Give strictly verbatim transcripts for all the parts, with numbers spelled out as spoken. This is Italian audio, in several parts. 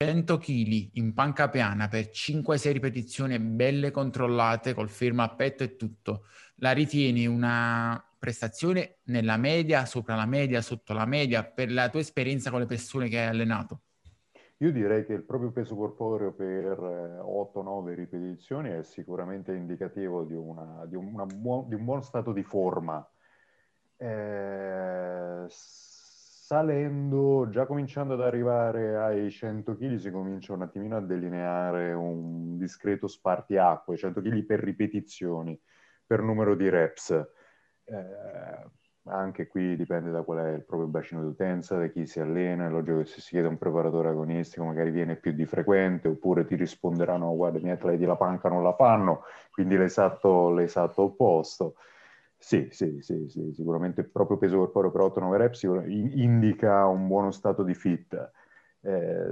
cento chili in panca piana per cinque sei ripetizioni belle controllate, col fermo a petto e tutto, la ritieni una prestazione nella media, sopra la media, sotto la media, per la tua esperienza con le persone che hai allenato? Io direi che il proprio peso corporeo per otto nove ripetizioni è sicuramente indicativo di, una, di, una buon, di un buon stato di forma. Eh, salendo, già cominciando ad arrivare ai cento chili, si comincia un attimino a delineare un discreto spartiacque, cento chili per ripetizioni, per numero di reps. Eh, anche qui dipende da qual è il proprio bacino d'utenza, da chi si allena. È logico che se si chiede a un preparatore agonistico magari viene più di frequente, oppure ti risponderanno: guarda, i miei atleti la panca non la fanno, quindi l'esatto, l'esatto opposto. Sì, sì, sì, sì, sicuramente il proprio peso corporeo per otto nove reps indica un buono stato di fit. Eh,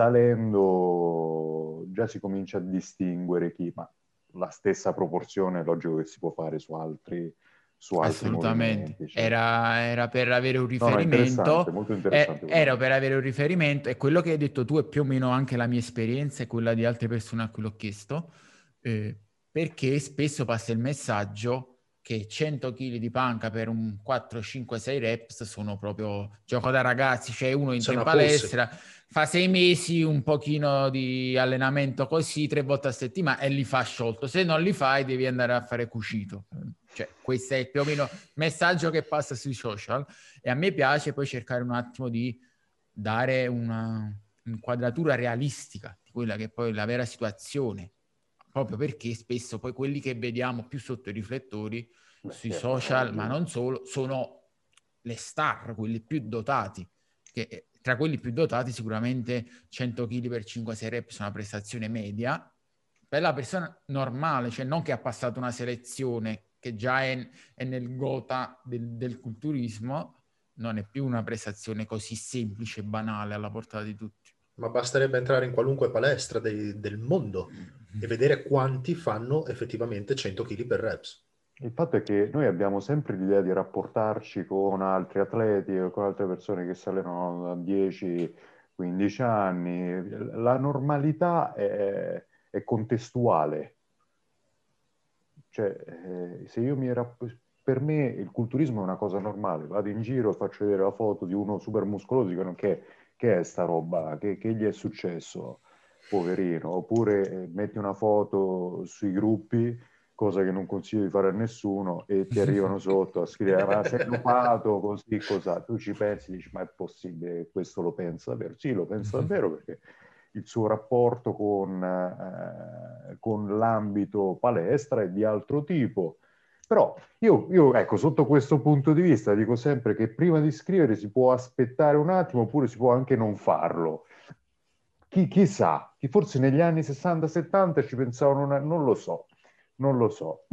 salendo già si comincia a distinguere chi, ma la stessa proporzione è logico che si può fare su altri, su altri Assolutamente. movimenti. Cioè. Era, era per avere un No, no, interessante, riferimento, molto eh, interessante come era per argomento. avere un riferimento e quello che hai detto tu è più o meno anche la mia esperienza e quella di altre persone a cui l'ho chiesto, eh, perché spesso passa il messaggio che cento chili di panca per un quattro, cinque, sei reps sono proprio gioco da ragazzi, cioè uno entra Sono in a polsi. palestra, fa sei mesi, un pochino di allenamento così, tre volte a settimana e li fa sciolto. Se non li fai devi andare a fare cucito. Cioè, questo è più o meno il messaggio che passa sui social e a me piace poi cercare un attimo di dare una inquadratura realistica di quella che è poi la vera situazione, proprio perché spesso poi quelli che vediamo più sotto i riflettori Beh, sui certo, hai social, ma ragione. non solo, sono le star, quelli più dotati, che tra quelli più dotati sicuramente cento chili per cinque sei reps è una prestazione media. Per la persona normale, cioè non che ha passato una selezione che già è, è nel gota del, del culturismo, non è più una prestazione così semplice e banale alla portata di tutti. Ma basterebbe entrare in qualunque palestra dei- del mondo e vedere quanti fanno effettivamente cento chili per reps. Il fatto è che noi abbiamo sempre l'idea di rapportarci con altri atleti o con altre persone che si allenano da dieci quindici anni. La normalità è, è contestuale. Cioè, eh, se io mi rapp- per me il culturismo è una cosa normale. Vado in giro e faccio vedere la foto di uno super muscoloso, dicono che, che è sta roba, che, che gli è successo, poverino. Oppure eh, metti una foto sui gruppi, cosa che non consiglio di fare a nessuno, e ti arrivano sotto a scrivere: ma sei dopato, così, cosa. Tu ci pensi, dici: ma è possibile che questo lo pensa davvero? Sì, lo pensa davvero, perché il suo rapporto con, eh, con l'ambito palestra è di altro tipo. Però io, io, ecco, sotto questo punto di vista dico sempre che prima di scrivere si può aspettare un attimo, oppure si può anche non farlo. Chi, chissà, chi forse negli anni sessanta settanta ci pensavano, una, non lo so, non lo so.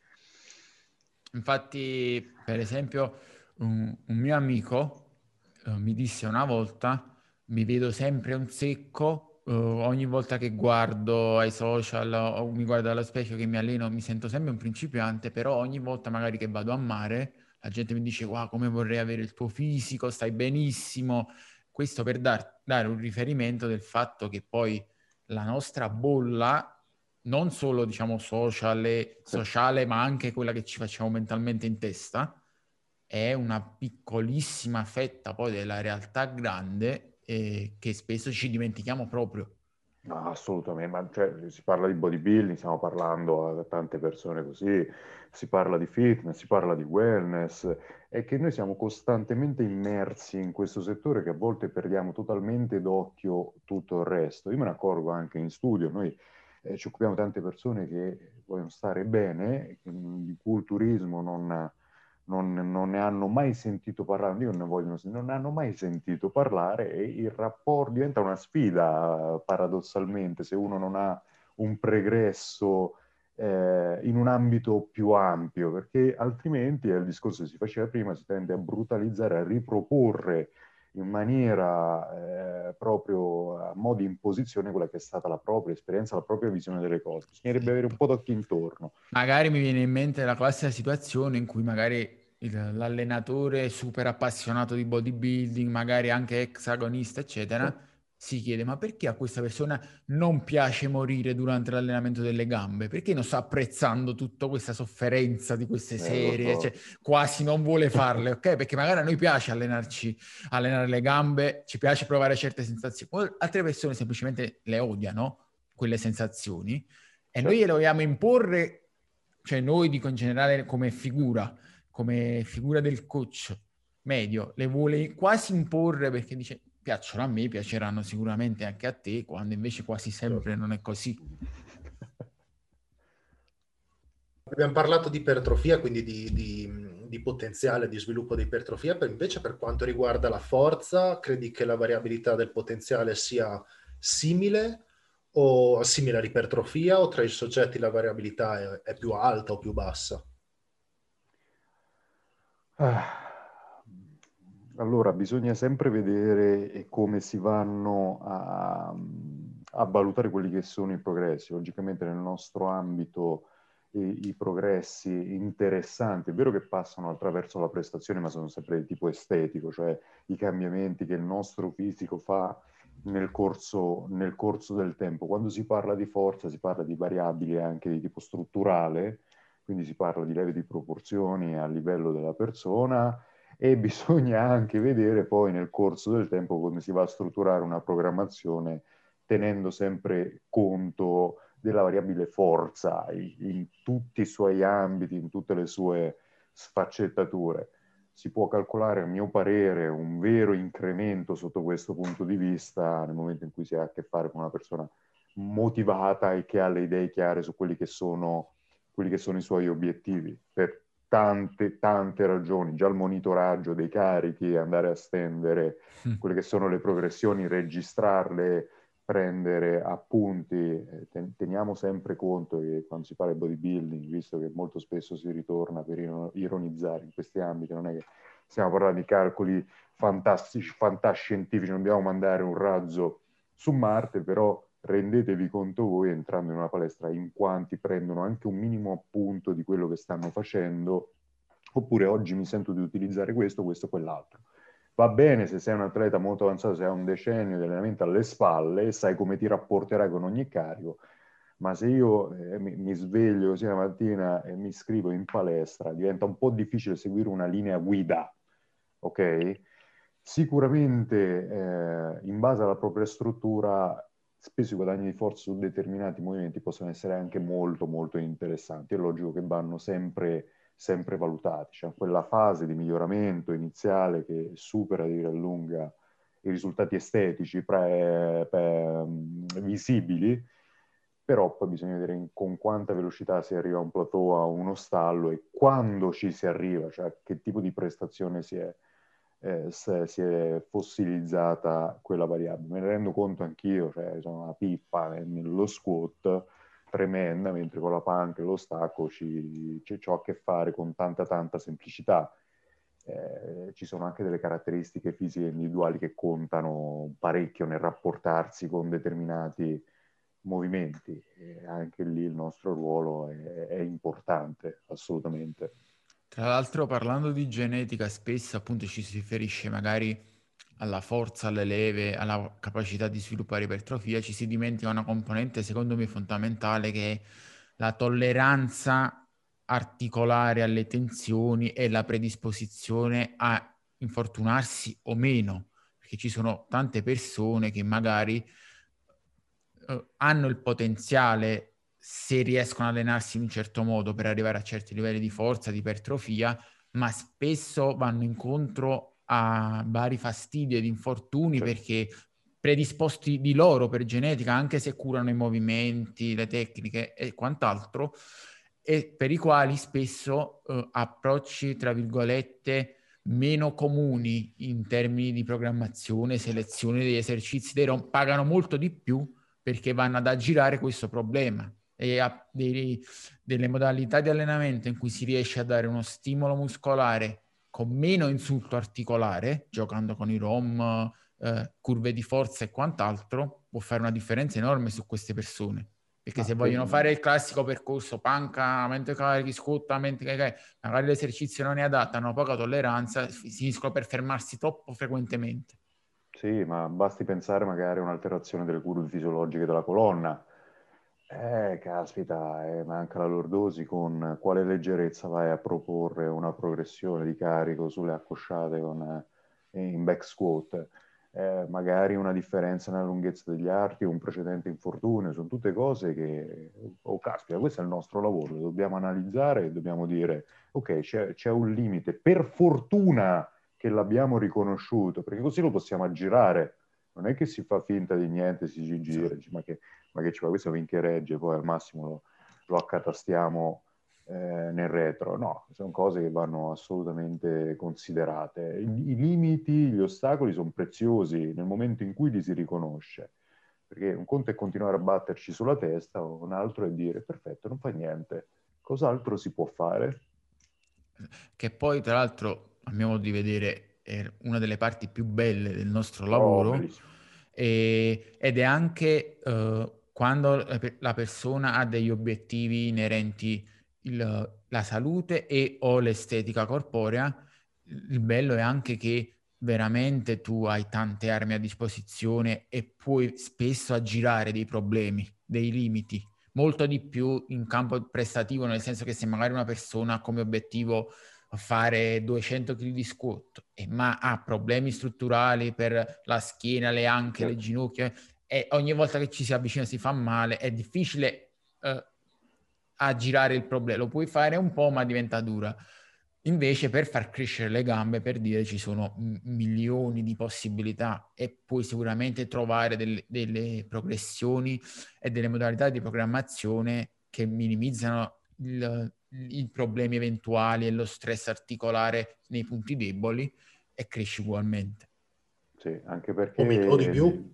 Infatti, per esempio, un, un mio amico eh, mi disse una volta, mi vedo sempre un secco, eh, ogni volta che guardo ai social o mi guardo allo specchio che mi alleno, mi sento sempre un principiante, però ogni volta magari che vado a mare, la gente mi dice, wow, come vorrei avere il tuo fisico, stai benissimo. Questo per dar- dare un riferimento del fatto che poi la nostra bolla non solo diciamo sociale, Sì. sociale, ma anche quella che ci facciamo mentalmente in testa, è una piccolissima fetta poi della realtà grande eh, che spesso ci dimentichiamo proprio. No, assolutamente, ma cioè, si parla di bodybuilding, stiamo parlando a tante persone così, si parla di fitness, si parla di wellness, è che noi siamo costantemente immersi in questo settore che a volte perdiamo totalmente d'occhio tutto il resto. Io me ne accorgo anche in studio, noi eh, ci occupiamo di tante persone che vogliono stare bene, che di culturismo non non, non ne hanno mai sentito parlare, io ne voglio, non ne hanno mai sentito parlare, e il rapporto diventa una sfida paradossalmente se uno non ha un pregresso eh, in un ambito più ampio, perché altrimenti è il discorso che si faceva prima, si tende a brutalizzare, a riproporre in maniera eh, proprio a mo' di imposizione quella che è stata la propria esperienza, la propria visione delle cose. Bisognerebbe avere un po' d'occhio intorno. Magari mi viene in mente la classica situazione in cui magari il- l'allenatore super appassionato di bodybuilding, magari anche ex agonista, Sì. eccetera, si chiede, ma perché a questa persona non piace morire durante l'allenamento delle gambe? Perché non sta apprezzando tutta questa sofferenza di queste Eh, lo serie? so. Cioè, quasi non vuole farle, ok? Perché magari a noi piace allenarci, allenare le gambe, ci piace provare certe sensazioni. Altre persone semplicemente le odiano, quelle sensazioni, e noi gliele vogliamo imporre, cioè noi dico in generale come figura, come figura del coach medio, le vuole quasi imporre perché dice piacciono a me, piaceranno sicuramente anche a te, quando invece quasi sempre non è così. Abbiamo parlato di ipertrofia, quindi di, di, di potenziale di sviluppo di ipertrofia, per invece per quanto riguarda la forza, credi che la variabilità del potenziale sia simile o simile all'ipertrofia, o tra i soggetti la variabilità è, è più alta o più bassa? Ah, allora, bisogna sempre vedere come si vanno a, a valutare quelli che sono i progressi. Logicamente nel nostro ambito i, i progressi interessanti, è vero che passano attraverso la prestazione, ma sono sempre di tipo estetico, cioè i cambiamenti che il nostro fisico fa nel corso, nel corso del tempo. Quando si parla di forza si parla di variabili anche di tipo strutturale, quindi si parla di lieve di proporzioni a livello della persona, e bisogna anche vedere poi nel corso del tempo come si va a strutturare una programmazione tenendo sempre conto della variabile forza in, in tutti i suoi ambiti, in tutte le sue sfaccettature. Si può calcolare, a mio parere, un vero incremento sotto questo punto di vista nel momento in cui si ha a che fare con una persona motivata e che ha le idee chiare su quelli che sono, quelli che sono i suoi obiettivi, per tante, tante ragioni. Già il monitoraggio dei carichi, andare a stendere quelle che sono le progressioni, registrarle, prendere appunti. Ten- teniamo sempre conto che quando si parla di bodybuilding, visto che molto spesso si ritorna per ironizzare in questi ambiti, non è che stiamo parlando di calcoli fantastici, fantascientifici, non dobbiamo mandare un razzo su Marte, però rendetevi conto voi, entrando in una palestra, in quanti prendono anche un minimo appunto di quello che stanno facendo, oppure oggi mi sento di utilizzare questo, questo, quell'altro. Va bene se sei un atleta molto avanzato, se hai un decennio di allenamento alle spalle, sai come ti rapporterai con ogni carico, ma se io eh, mi, mi sveglio così la mattina e mi iscrivo in palestra, diventa un po' difficile seguire una linea guida, ok? Sicuramente eh, in base alla propria struttura spesso i guadagni di forza su determinati movimenti possono essere anche molto molto interessanti. È logico che vanno sempre, sempre valutati. C'è quella fase di miglioramento iniziale che supera di gran lunga i risultati estetici pre, pre, visibili, però poi bisogna vedere in, con quanta velocità si arriva a un plateau, a uno stallo, e quando ci si arriva, cioè che tipo di prestazione si è, eh, se, si è fossilizzata quella variabile. Me ne rendo conto anch'io, cioè sono una pippa nello squat tremenda, mentre con la panca e lo stacco ci, ci, ci ho a che fare con tanta tanta semplicità. Eh, ci sono anche delle caratteristiche fisiche individuali che contano parecchio nel rapportarsi con determinati movimenti, e anche lì il nostro ruolo è, è importante, assolutamente. Tra l'altro, parlando di genetica, spesso appunto ci si riferisce magari alla forza, alle leve, alla capacità di sviluppare ipertrofia, ci si dimentica una componente secondo me fondamentale, che è la tolleranza articolare alle tensioni e la predisposizione a infortunarsi o meno, perché ci sono tante persone che magari eh, hanno il potenziale, se riescono ad allenarsi in un certo modo, per arrivare a certi livelli di forza, di ipertrofia, ma spesso vanno incontro a vari fastidi ed infortuni, Certo. perché predisposti di loro per genetica, anche se curano i movimenti, le tecniche e quant'altro, e per i quali spesso eh, approcci, tra virgolette, meno comuni in termini di programmazione, selezione degli esercizi, dei ROM, pagano molto di più, perché vanno ad aggirare questo problema. E a dei, delle modalità di allenamento in cui si riesce a dare uno stimolo muscolare con meno insulto articolare, giocando con i ROM, eh, curve di forza e quant'altro, può fare una differenza enorme su queste persone. Perché Ah, se te... vogliono fare il classico percorso panca, mentre carichi, squat, mentre carichi, magari l'esercizio non è adatto, hanno poca tolleranza, finiscono per fermarsi troppo frequentemente. Sì, ma basti pensare magari a un'alterazione delle curve fisiologiche della colonna. Eh, caspita, eh, manca la lordosi, con quale leggerezza vai a proporre una progressione di carico sulle accosciate con, eh, in back squat? Eh, magari una differenza nella lunghezza degli arti, un precedente infortunio, sono tutte cose che, oh caspita, questo è il nostro lavoro, lo dobbiamo analizzare e dobbiamo dire, ok, c'è, c'è un limite, per fortuna che l'abbiamo riconosciuto, perché così lo possiamo aggirare, non è che si fa finta di niente, si ci gira, Esatto. dice, ma che ma che ci fa, questo vincheregge, poi al massimo lo, lo accatastiamo eh, nel retro. No, sono cose che vanno assolutamente considerate. I, I limiti, gli ostacoli sono preziosi nel momento in cui li si riconosce, perché un conto è continuare a batterci sulla testa, un altro è dire, perfetto, non fa niente, cos'altro si può fare? Che poi, tra l'altro, a mio modo di vedere, è una delle parti più belle del nostro Oh, lavoro, bellissimo. e- ed è anche eh, quando la pe- la persona ha degli obiettivi inerenti il- la salute e o l'estetica corporea. Il bello è anche che veramente tu hai tante armi a disposizione e puoi spesso aggirare dei problemi, dei limiti molto di più in campo prestativo, nel senso che se magari una persona ha come obiettivo fare duecento chili di squat, eh, ma ha problemi strutturali per la schiena, le anche, le Certo. ginocchia, e ogni volta che ci si avvicina si fa male, è difficile eh, aggirare il problema. Lo puoi fare un po', ma diventa dura. Invece per far crescere le gambe, per dire, ci sono m- milioni di possibilità e puoi sicuramente trovare delle, delle progressioni e delle modalità di programmazione che minimizzano il- i problemi eventuali e lo stress articolare nei punti deboli, e cresci ugualmente. Sì, anche O, mi- o di perché più.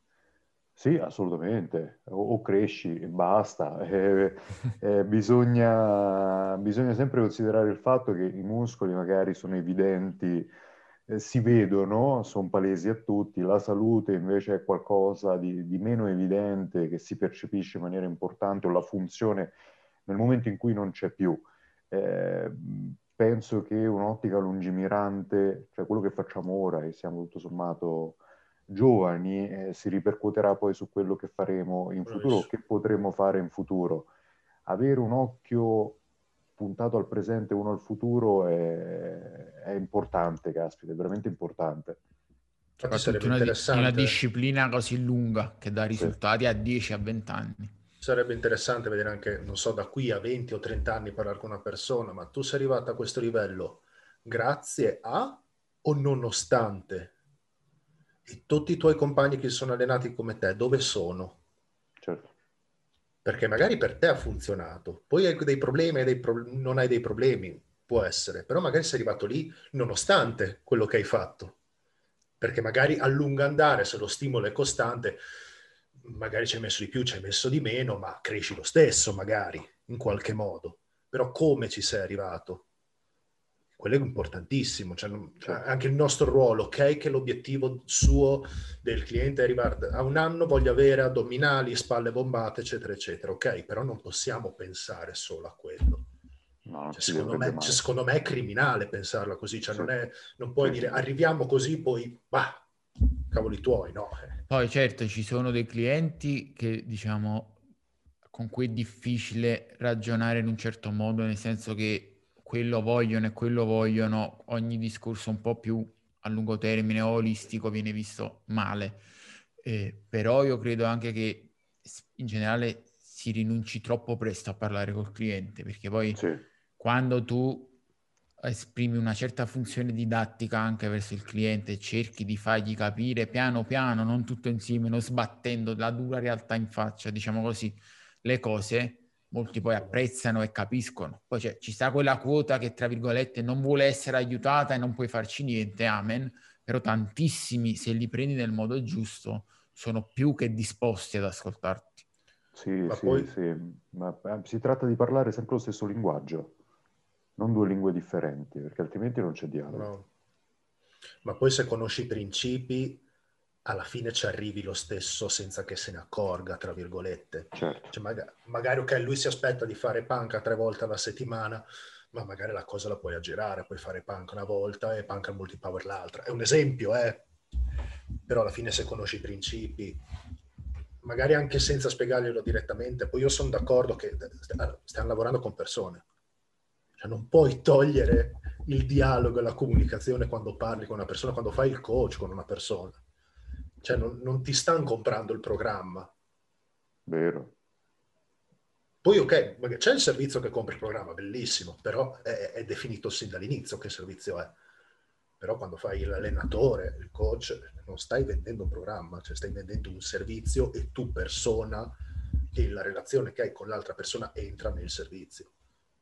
sì, assolutamente, o, o cresci e basta. Eh, eh, bisogna, bisogna sempre considerare il fatto che i muscoli magari sono evidenti, eh, si vedono, sono palesi a tutti, la salute invece è qualcosa di, di meno evidente che si percepisce in maniera importante, o la funzione nel momento in cui non c'è più. Eh, penso che un'ottica lungimirante, cioè quello che facciamo ora, e siamo tutto sommato giovani, eh, si ripercuoterà poi su quello che faremo in futuro, Bravissimo. che potremo fare in futuro. Avere un occhio puntato al presente, uno al futuro, è, è importante, caspita, è veramente importante. Infatti Soprattutto sarebbe in una, di- in una interessante, disciplina così lunga che dà Sì, risultati a dieci a venti anni. sarebbe interessante vedere anche, non so, da qui a venti o trenta anni parlare con una persona, ma tu sei arrivato a questo livello grazie a o nonostante? E tutti i tuoi compagni che si sono allenati come te, dove sono? certo. Perché magari per te ha funzionato, poi hai dei problemi, hai dei pro- non hai dei problemi, può essere, però magari sei arrivato lì nonostante quello che hai fatto, perché magari a lungo andare, se lo stimolo è costante, magari ci hai messo di più, ci hai messo di meno, ma cresci lo stesso, magari, in qualche modo. Però come ci sei arrivato? Quello è importantissimo, cioè, non- Certo. anche il nostro ruolo, ok, che l'obiettivo suo del cliente è arrivare a un anno, voglio avere addominali, spalle bombate, eccetera, eccetera, ok, però non possiamo pensare solo a quello. No, non Cioè, si secondo dovrebbe me, cioè, mai. secondo me è criminale pensarla così, cioè Sì, non, è, non puoi sì, dire sì, sì. arriviamo così, poi, bah, cavoli tuoi, no? Eh. Poi certo ci sono dei clienti che, diciamo, con cui è difficile ragionare in un certo modo, nel senso che quello vogliono e quello vogliono, ogni discorso un po' più a lungo termine o olistico viene visto male. Eh, però io credo anche che s- in generale si rinunci troppo presto a parlare col cliente, perché poi Sì, quando tu esprimi una certa funzione didattica anche verso il cliente, cerchi di fargli capire piano piano, non tutto insieme, non sbattendo la dura realtà in faccia, diciamo così, le cose, molti poi apprezzano e capiscono. Poi c'è, ci sta quella quota che, tra virgolette, non vuole essere aiutata e non puoi farci niente, amen, però tantissimi, se li prendi nel modo giusto, sono più che disposti ad ascoltarti. sì, Ma sì, poi, sì, ma eh, si tratta di parlare sempre lo stesso linguaggio, non due lingue differenti, perché altrimenti non c'è dialogo. no. Ma poi se conosci i principi, alla fine ci arrivi lo stesso senza che se ne accorga, tra virgolette. Certo. Cioè, maga- magari, ok, lui si aspetta di fare panca tre volte alla settimana, ma magari la cosa la puoi aggirare, puoi fare panca una volta e panca multipower l'altra. È un esempio, eh? però alla fine se conosci i principi, magari anche senza spiegarglielo direttamente, poi io sono d'accordo che stiamo lavorando con persone, cioè non puoi togliere il dialogo e la comunicazione quando parli con una persona, quando fai il coach con una persona, cioè non, non ti stanno comprando il programma. Vero. Poi ok, c'è il servizio che compri il programma, bellissimo, però è, è definito sin dall'inizio che servizio è. Però quando fai l'allenatore, il coach, non stai vendendo un programma, cioè stai vendendo un servizio e tu persona e la relazione che hai con l'altra persona entra nel servizio.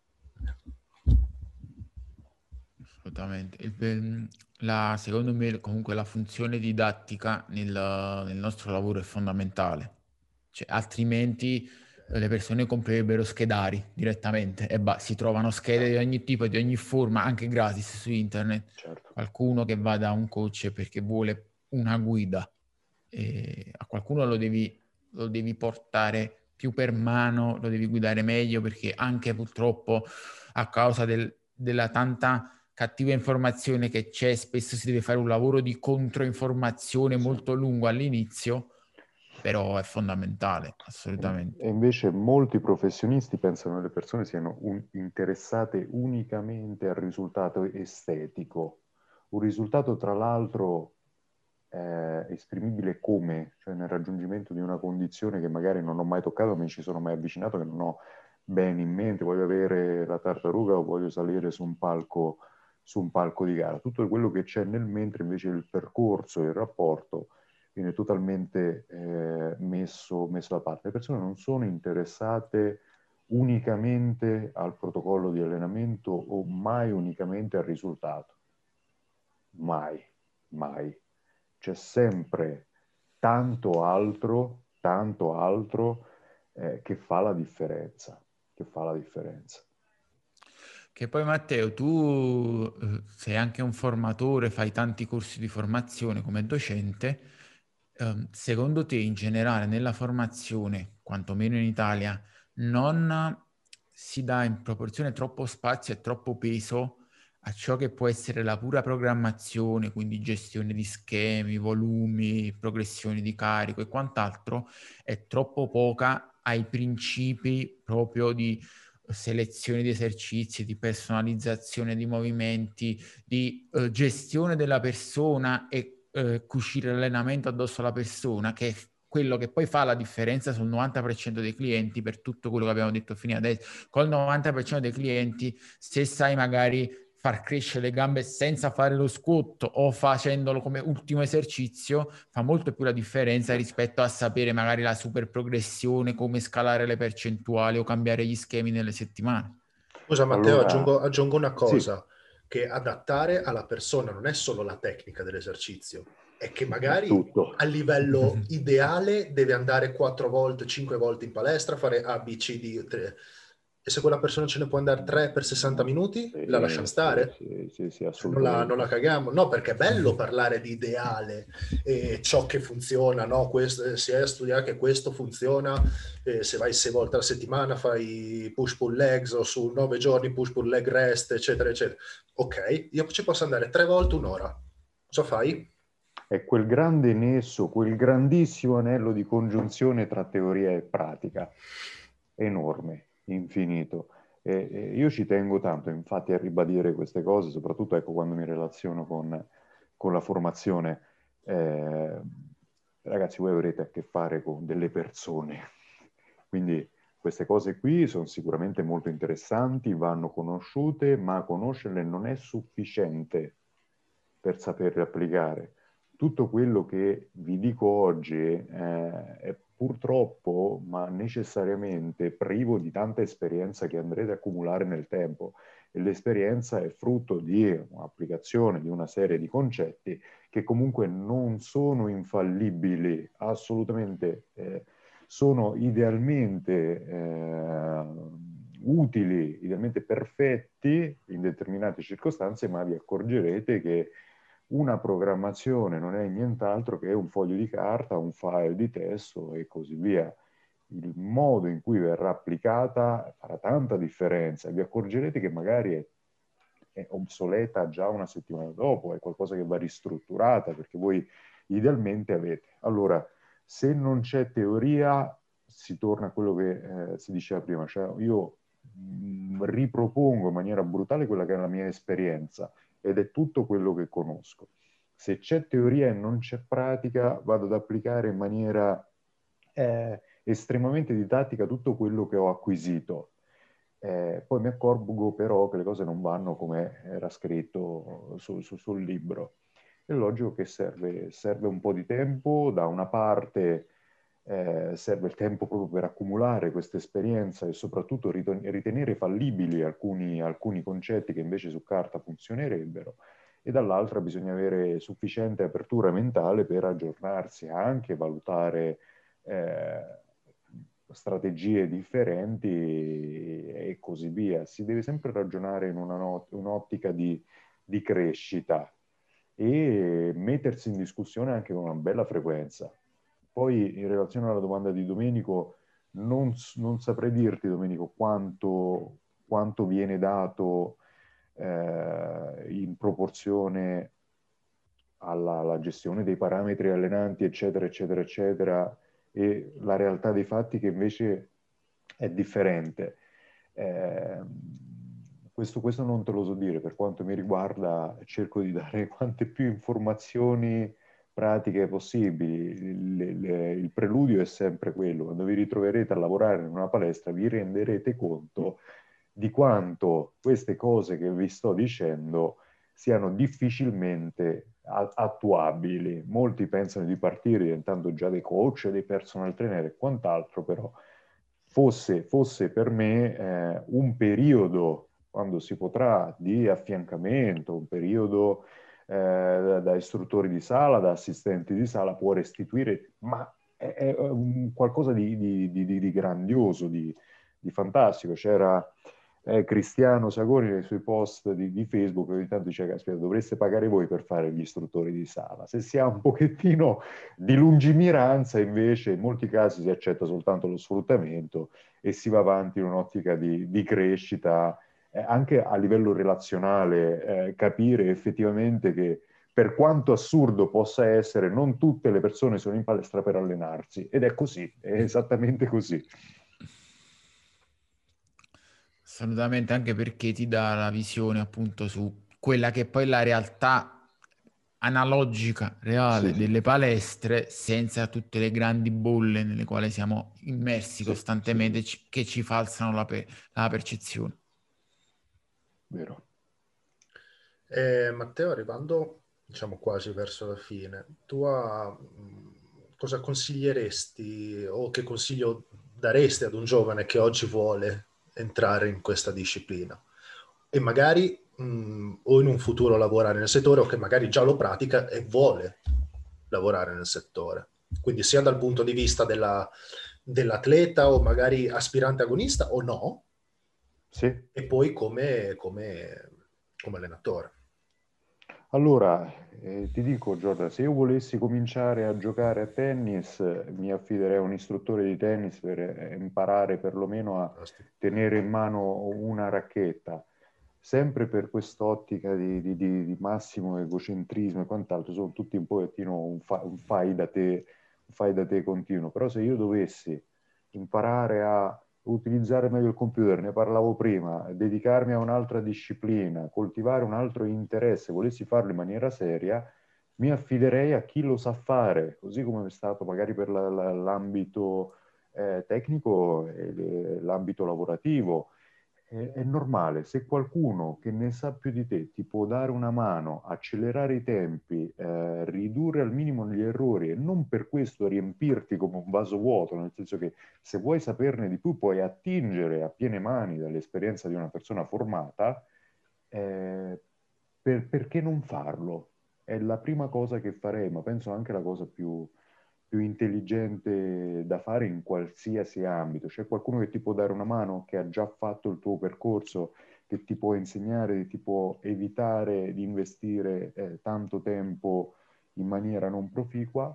Assolutamente. Il, la, secondo me comunque la funzione didattica nel, nel nostro lavoro è fondamentale. Cioè, altrimenti eh, le persone comprerebbero schedari direttamente e bah, si trovano schede di ogni tipo e di ogni forma, anche gratis su internet. Certo. Qualcuno che va da un coach perché vuole una guida e a qualcuno lo devi, lo devi portare più per mano, lo devi guidare meglio, perché anche purtroppo a causa del, della tanta cattiva informazione che c'è, spesso si deve fare un lavoro di controinformazione molto lungo all'inizio, però è fondamentale, assolutamente. E invece molti professionisti pensano che le persone siano un, interessate unicamente al risultato estetico, un risultato tra l'altro eh, esprimibile come, cioè nel raggiungimento di una condizione che magari non ho mai toccato, non mi ci sono mai avvicinato, che non ho bene in mente, voglio avere la tartaruga o voglio salire su un palco, su un palco di gara. Tutto quello che c'è nel mentre invece il percorso, il rapporto viene totalmente eh, messo, messo da parte. Le persone non sono interessate unicamente al protocollo di allenamento o mai unicamente al risultato. Mai, mai. C'è sempre tanto altro, tanto altro eh, che fa la differenza, che fa la differenza. Che poi Matteo, tu eh, sei anche un formatore, fai tanti corsi di formazione come docente. Eh, secondo te in generale nella formazione, quantomeno in Italia, non si dà in proporzione troppo spazio e troppo peso a ciò che può essere la pura programmazione, quindi gestione di schemi, volumi, progressioni di carico e quant'altro, è troppo poca ai principi proprio di selezione di esercizi, di personalizzazione di movimenti, di eh, gestione della persona e eh, cucire l'allenamento addosso alla persona, che è quello che poi fa la differenza sul novanta per cento dei clienti, per tutto quello che abbiamo detto fino adesso. Col novanta per cento dei clienti, se sai magari far crescere le gambe senza fare lo squat o facendolo come ultimo esercizio, fa molto più la differenza rispetto a sapere magari la super progressione, come scalare le percentuali o cambiare gli schemi nelle settimane. Scusa Matteo, Allora, aggiungo, aggiungo una cosa, sì, che adattare alla persona non è solo la tecnica dell'esercizio, è che è magari tutto. a livello ideale deve andare quattro volte, cinque volte in palestra, fare A, B, C, D, tre. E se quella persona ce ne può andare tre per sessanta minuti, Sì, la lasciamo sì, stare? sì, sì, sì, Cioè, non, la, non la assolutamente. caghiamo? No, perché è bello parlare di ideale e ciò che funziona, no? Questo, si è studiato che questo funziona, eh, se vai sei volte alla settimana fai push-pull legs o su nove giorni push-pull leg rest, eccetera, eccetera. Ok, io ci posso andare tre volte un'ora. Cosa fai? È quel grande nesso, quel grandissimo anello di congiunzione tra teoria e pratica, enorme, infinito. E, e io ci tengo tanto, infatti, a ribadire queste cose, soprattutto ecco, quando mi relaziono con, con la formazione. Eh, ragazzi, voi avrete a che fare con delle persone, quindi queste cose qui sono sicuramente molto interessanti, vanno conosciute, ma conoscerle non è sufficiente per saperle applicare. Tutto quello che vi dico oggi eh, è purtroppo, ma necessariamente privo di tanta esperienza che andrete a accumulare nel tempo. E l'esperienza è frutto di un'applicazione di una serie di concetti che comunque non sono infallibili, assolutamente, eh, sono idealmente eh, utili, idealmente perfetti in determinate circostanze, ma vi accorgerete che una programmazione non è nient'altro che un foglio di carta, un file di testo e così via. Il modo in cui verrà applicata farà tanta differenza. Vi accorgerete che magari è, è obsoleta già una settimana dopo, è qualcosa che va ristrutturata perché voi idealmente avete. Allora, se non c'è teoria, si torna a quello che eh, si diceva prima, cioè io mh, ripropongo in maniera brutale quella che è la mia esperienza ed è tutto quello che conosco. Se c'è teoria e non c'è pratica, vado ad applicare in maniera eh, estremamente didattica tutto quello che ho acquisito. Eh, poi mi accorgo però che le cose non vanno come era scritto su, su, sul libro. È logico che serve, serve un po' di tempo, da una parte eh, serve il tempo proprio per accumulare questa esperienza e soprattutto ritenere fallibili alcuni, alcuni concetti che invece su carta funzionerebbero, e dall'altra bisogna avere sufficiente apertura mentale per aggiornarsi, anche valutare eh, strategie differenti e così via. Si deve sempre ragionare in una not- un'ottica di, di crescita e mettersi in discussione anche con una bella frequenza. Poi in relazione alla domanda di Domenico, non, non saprei dirti, Domenico, quanto, quanto viene dato eh, in proporzione alla, alla gestione dei parametri allenanti, eccetera, eccetera, eccetera, e la realtà dei fatti che invece è differente. Eh, questo, questo non te lo so dire, per quanto mi riguarda cerco di dare quante più informazioni pratiche possibili. Il, il, il preludio è sempre quello: quando vi ritroverete a lavorare in una palestra vi renderete conto di quanto queste cose che vi sto dicendo siano difficilmente attuabili. Molti pensano di partire diventando già dei coach, dei personal trainer e quant'altro, però fosse, fosse per me eh, un periodo, quando si potrà, di affiancamento, un periodo eh, da, da istruttori di sala, da assistenti di sala, può restituire, ma è, è un qualcosa di, di, di, di grandioso, di, di fantastico. C'era eh, Cristiano Sagori nei suoi post di, di Facebook ogni tanto dice: aspetta, dovreste pagare voi per fare gli istruttori di sala. Se si ha un pochettino di lungimiranza, invece in molti casi si accetta soltanto lo sfruttamento e si va avanti in un'ottica di, di crescita, eh, anche a livello relazionale, eh, capire effettivamente che, per quanto assurdo possa essere, non tutte le persone sono in palestra per allenarsi, ed è così, è esattamente così. Assolutamente, anche perché ti dà la visione appunto su quella che è poi la realtà analogica, reale Sì, delle palestre, senza tutte le grandi bolle nelle quali siamo immersi sì, sì, costantemente, ci- che ci falsano la, pe- la percezione. vero. Eh, Matteo, arrivando diciamo quasi verso la fine, tu a, mh, cosa consiglieresti o che consiglio daresti ad un giovane che oggi vuole entrare in questa disciplina e magari mh, o in un futuro lavorare nel settore o che magari già lo pratica e vuole lavorare nel settore? Quindi sia dal punto di vista della, dell'atleta o magari aspirante agonista o no, Sì. e poi come, come, come allenatore. Allora, eh, ti dico, Giorgia, se io volessi cominciare a giocare a tennis, eh, mi affiderei a un istruttore di tennis per eh, imparare perlomeno a Fantastico. tenere in mano una racchetta, sempre per quest'ottica di, di- di- di massimo egocentrismo e quant'altro. Sono tutti un pochettino un, fa- un fai da te, un fai da te continuo. Però se io dovessi imparare a utilizzare meglio il computer, ne parlavo prima, dedicarmi a un'altra disciplina, coltivare un altro interesse, volessi farlo in maniera seria, mi affiderei a chi lo sa fare, così come è stato magari per la, la, l'ambito eh, tecnico e l'ambito lavorativo. È, è normale, se qualcuno che ne sa più di te ti può dare una mano, accelerare i tempi, eh, ridurre al minimo gli errori e non per questo riempirti come un vaso vuoto, nel senso che se vuoi saperne di più puoi attingere a piene mani dall'esperienza di una persona formata, eh, per, perché non farlo? È la prima cosa che farei, ma penso anche la cosa più, più intelligente da fare in qualsiasi ambito. C'è qualcuno che ti può dare una mano, che ha già fatto il tuo percorso, che ti può insegnare, ti può evitare di investire eh, tanto tempo in maniera non proficua.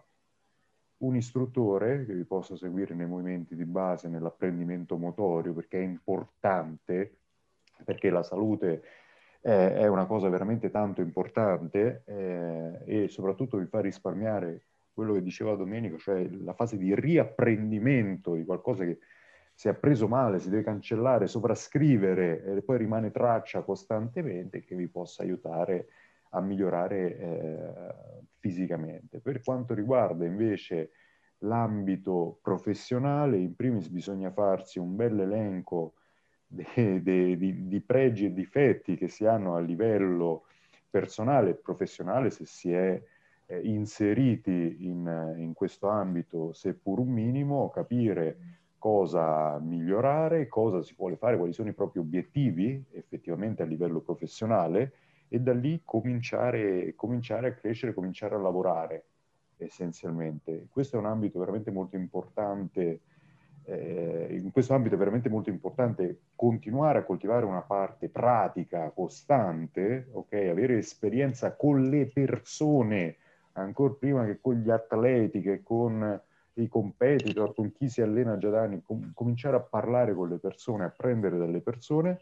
Un istruttore che vi possa seguire nei movimenti di base, nell'apprendimento motorio, perché è importante, perché la salute è, è una cosa veramente tanto importante eh, e soprattutto vi fa risparmiare quello che diceva Domenico, cioè la fase di riapprendimento di qualcosa che si è appreso male, si deve cancellare, sovrascrivere e poi rimane traccia costantemente che vi possa aiutare a migliorare eh, fisicamente. Per quanto riguarda invece l'ambito professionale, in primis bisogna farsi un bel elenco de, de, di, di pregi e difetti che si hanno a livello personale e professionale se si è eh, inseriti in, in questo ambito, seppur un minimo, capire cosa migliorare, cosa si vuole fare, quali sono i propri obiettivi effettivamente a livello professionale e da lì cominciare, cominciare a crescere, cominciare a lavorare essenzialmente. Questo è un ambito veramente molto importante. Eh, in questo ambito è veramente molto importante continuare a coltivare una parte pratica costante, ok? Avere esperienza con le persone ancora prima che con gli atleti, che con i competitor, con chi si allena già da anni, com- cominciare a parlare con le persone, apprendere dalle persone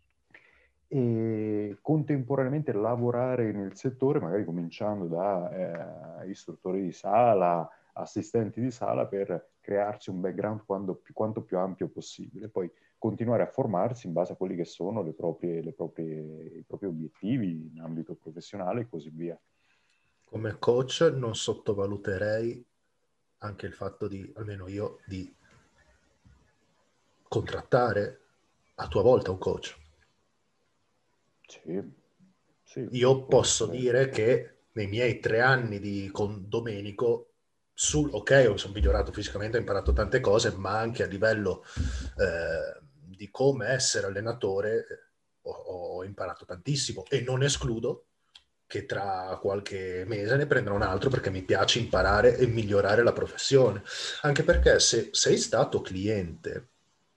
e contemporaneamente lavorare nel settore, magari cominciando da eh, istruttori di sala, assistenti di sala, per crearsi un background quanto più, quanto più ampio possibile. Poi continuare a formarsi in base a quelli che sono le proprie, le proprie, i propri obiettivi in ambito professionale e così via. Come coach non sottovaluterei anche il fatto di, almeno io, di contrattare a tua volta un coach. Sì, sì, Io può posso essere. dire che nei miei tre anni di, con Domenico, sul, ok, sono migliorato fisicamente, ho imparato tante cose, ma anche a livello eh, di come essere allenatore eh, ho, ho imparato tantissimo e non escludo che tra qualche mese ne prenderò un altro perché mi piace imparare e migliorare la professione. Anche perché se sei stato cliente,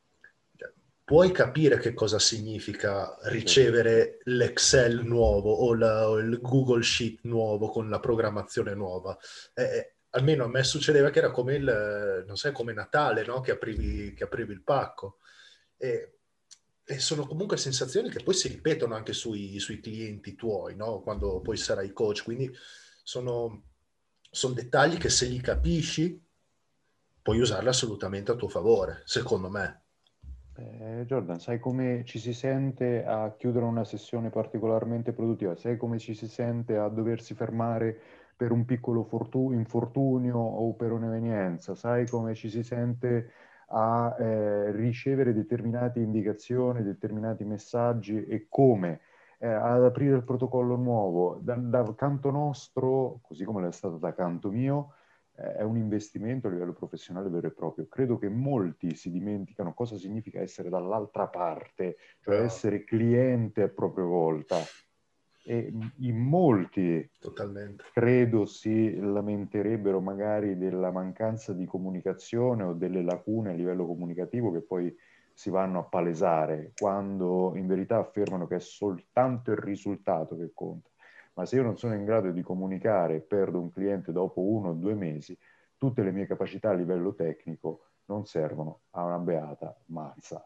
puoi capire che cosa significa Certo. ricevere l'Excel nuovo o, la, o il Google Sheet nuovo con la programmazione nuova. Eh, almeno a me succedeva che era come il, non so, come Natale, no? Che aprivi, che aprivi il pacco. E, e sono comunque sensazioni che poi si ripetono anche sui, sui clienti tuoi, no? Quando poi sarai coach. Quindi sono, sono dettagli che se li capisci puoi usarli assolutamente a tuo favore, secondo me. Eh, Jordan, sai come ci si sente a chiudere una sessione particolarmente produttiva? Sai come ci si sente a doversi fermare per un piccolo fortu- infortunio o per un'evenienza? Sai come ci si sente a eh, ricevere determinate indicazioni, determinati messaggi e come eh, ad aprire il protocollo nuovo? Da, da canto nostro, così come l'è stato da canto mio, è un investimento a livello professionale vero e proprio. Credo che molti si dimenticano cosa significa essere dall'altra parte, cioè Bravo. essere cliente a propria volta. E in molti, Totalmente. credo, si lamenterebbero magari della mancanza di comunicazione o delle lacune a livello comunicativo che poi si vanno a palesare, quando in verità affermano che è soltanto il risultato che conta. Ma se io non sono in grado di comunicare e perdo un cliente dopo uno o due mesi, tutte le mie capacità a livello tecnico non servono a una beata mazza.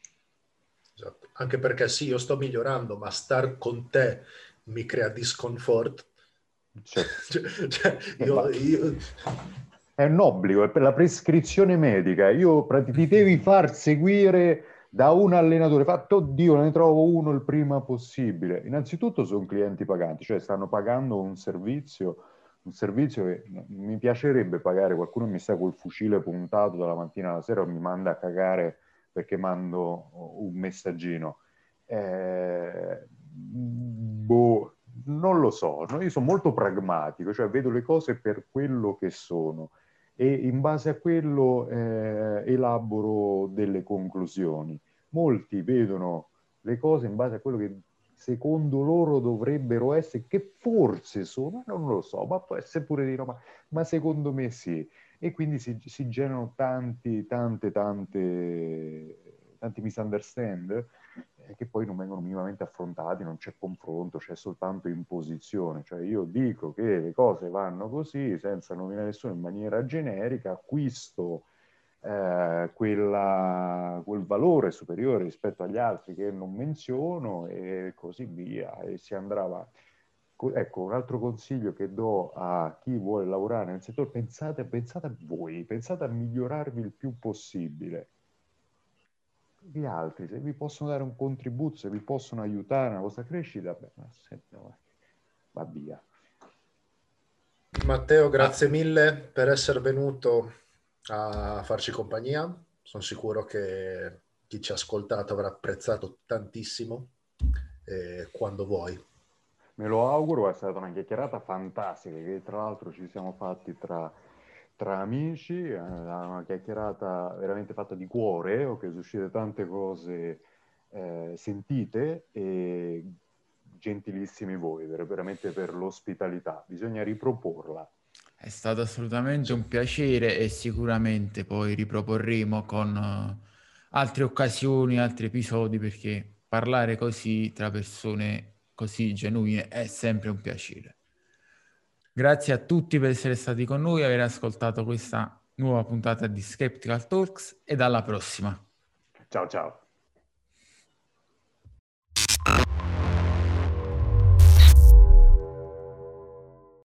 Esatto. Anche perché sì, io sto migliorando, ma star con te mi crea discomfort. Certo. cioè, cioè, Eh, io, ma io... è un obbligo, è per la prescrizione medica. Io ti devi far seguire da un allenatore. Fatto, oddio, ne trovo uno il prima possibile. Innanzitutto sono clienti paganti, cioè stanno pagando un servizio, un servizio che mi piacerebbe pagare. Qualcuno mi sta col fucile puntato dalla mattina alla sera o mi manda a cagare perché mando un messaggino. Eh, boh, non lo so, no? Io sono molto pragmatico, cioè vedo le cose per quello che sono e in base a quello eh, elaboro delle conclusioni. Molti vedono le cose in base a quello che secondo loro dovrebbero essere, che forse sono, non lo so, ma può essere pure di no, ma, ma secondo me sì. E quindi si, si generano tanti, tante, tante, tanti misunderstand eh, che poi non vengono minimamente affrontati, non c'è confronto, c'è soltanto imposizione. Cioè io dico che le cose vanno così, senza nominare nessuno in maniera generica, acquisto eh, quella, quel valore superiore rispetto agli altri che non menziono e così via, e si andrà avanti. Ecco, un altro consiglio che do a chi vuole lavorare nel settore: pensate, pensate a voi, pensate a migliorarvi il più possibile. Gli altri, se vi possono dare un contributo, se vi possono aiutare nella vostra crescita, beh, va via. Matteo, grazie mille per essere venuto a farci compagnia. Sono sicuro che chi ci ha ascoltato avrà apprezzato tantissimo. Eh, quando vuoi. Me lo auguro, è stata una chiacchierata fantastica che tra l'altro ci siamo fatti tra, tra amici, è una chiacchierata veramente fatta di cuore, ho che suscita tante cose eh, sentite, e gentilissimi voi, veramente per l'ospitalità, bisogna riproporla. È stato assolutamente un piacere e sicuramente poi riproporremo con uh, altre occasioni, altri episodi, perché parlare così tra persone così genuine è sempre un piacere. Grazie a tutti per essere stati con noi e aver ascoltato questa nuova puntata di Skeptical Talks, e alla prossima. Ciao ciao.